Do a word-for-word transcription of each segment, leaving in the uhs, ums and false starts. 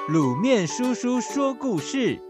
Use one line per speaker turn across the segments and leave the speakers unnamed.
卤面叔叔说故事。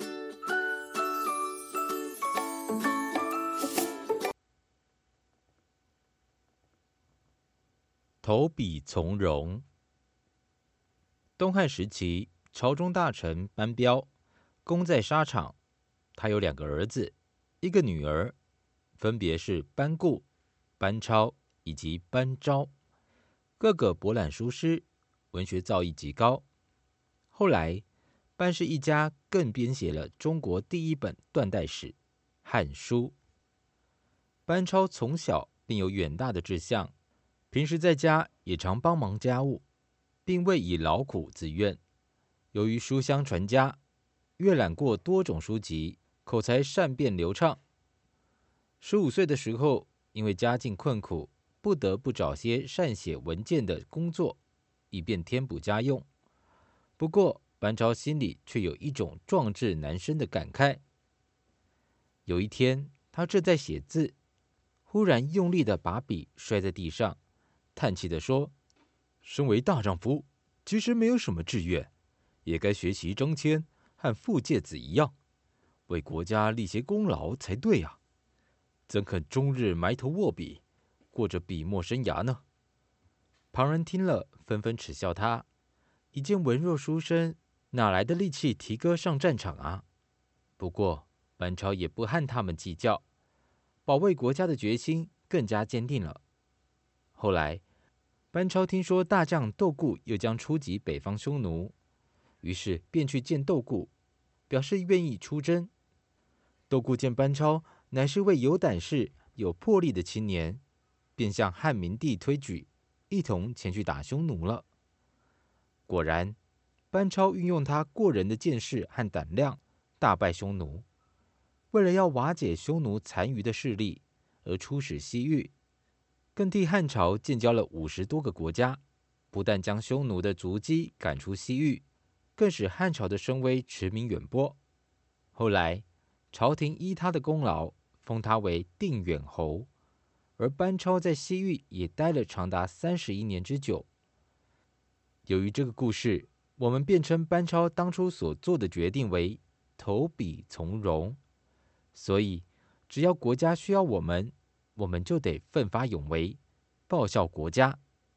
投笔从戎。东汉时期，朝中大臣班彪功在沙场，他有两个儿子，一个女儿，分别是班固、班超以及班昭，个个博览书诗，文学造诣极高。后来，班氏一家更编写了中国第一本断代史《汉书》。班超从小便有远大的志向，平时在家也常帮忙家务，并未以劳苦自愿。由于书香传家，阅览过多种书籍，口才善辩流畅。十五岁的时候，因为家境困苦，不得不找些善写文件的工作，以便添补家用。不过，班超心里却有一种壮志难伸的感慨。有一天，他正在写字，忽然用力地把笔摔在地上，叹气地说：“身为大丈夫，其实没有什么志愿，也该学习张骞和傅介子一样，为国家立些功劳才对啊！怎肯终日埋头握笔，过着笔墨生涯呢？”旁人听了，纷纷耻笑他：“一介文弱书生，哪来的力气提歌上战场啊？”不过，班超也不和他们计较，保卫国家的决心更加坚定了。后来，班超听说大将窦固又将出击北方匈奴，于是便去见窦固，表示愿意出征。窦固见班超乃是位有胆识、有魄力的青年，便向汉明帝推举，一同前去打匈奴了。果然，班超运用他过人的见识和胆量，大败匈奴。为了要瓦解匈奴残余的势力，而出使西域，更替汉朝建交了五十多个国家，不但将匈奴的足迹赶出西域，更使汉朝的声威驰名远播。后来，朝廷依他的功劳，封他为定远侯，而班超在西域也待了长达三十一年之久。由于这个故事，我们便称班超当初所做的决定为投笔从戎。所以，只要国家需要我们，我们就得奋发勇为，报效国家。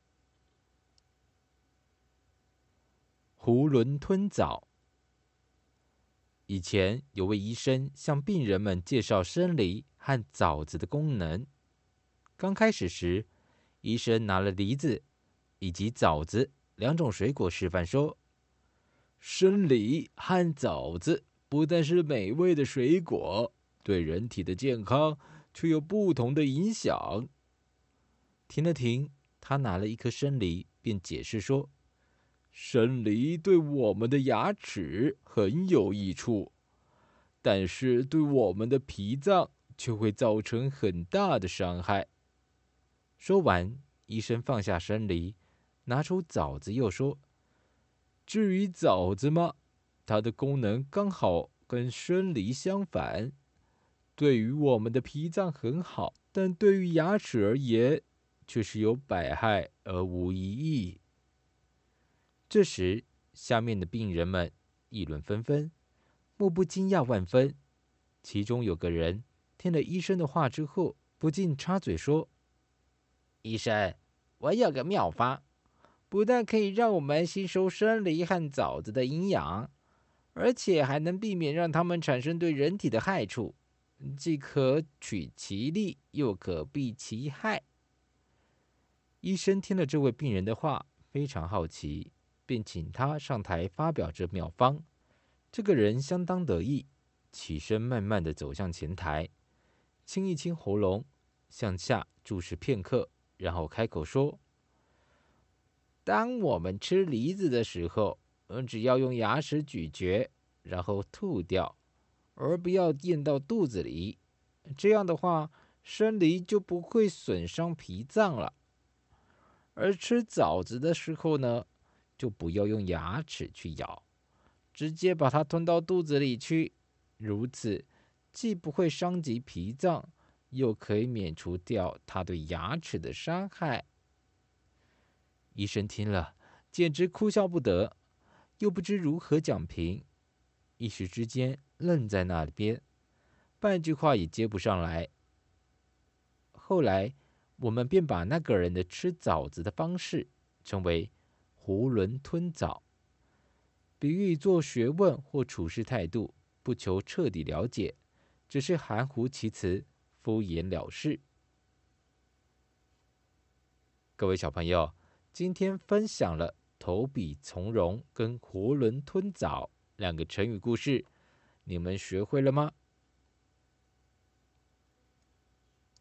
囫囵吞枣。以前有位医生向病人们介绍生梨和枣子的功能。刚开始时，医生拿了梨子以及枣子两种水果示范说：“生梨和枣子不但是美味的水果，对人体的健康却有不同的影响。”停了停，他拿了一颗生梨，便解释说：“生梨对我们的牙齿很有益处，但是对我们的脾脏却会造成很大的伤害。”说完，医生放下生梨，拿出枣子，又说：“至于枣子嘛，它的功能刚好跟生梨相反，对于我们的脾脏很好，但对于牙齿而言，却是有百害而无一益。”这时，下面的病人们议论纷纷，莫不惊讶万分。其中有个人听了医生的话之后，不禁插嘴说：“医生，我有个妙方，不但可以让我们吸收生梨和枣子的营养，而且还能避免让它们产生对人体的害处，既可取其利，又可避其害。”医生听了这位病人的话，非常好奇，便请他上台发表这妙方。这个人相当得意，起身慢慢地走向前台，清一清喉咙，向下注视片刻，然后开口说：“当我们吃梨子的时候，嗯，只要用牙齿咀嚼，然后吐掉，而不要咽到肚子里。这样的话，生梨就不会损伤脾脏了。而吃枣子的时候呢，就不要用牙齿去咬，直接把它吞到肚子里去。如此，既不会伤及脾脏，又可以免除掉它对牙齿的伤害。”医生听了，简直哭笑不得， 又不知如何讲评，一时之间愣在那边，半句话也接不上来。后来，我们便把那个人的吃枣子的方式称为囫囵吞枣，比喻做学问或处事态度不求彻底了解，只是含糊其辞，敷衍了事。各位小朋友，今天分享了投笔从戎跟囫囵吞枣两个成语故事，你们学会了吗？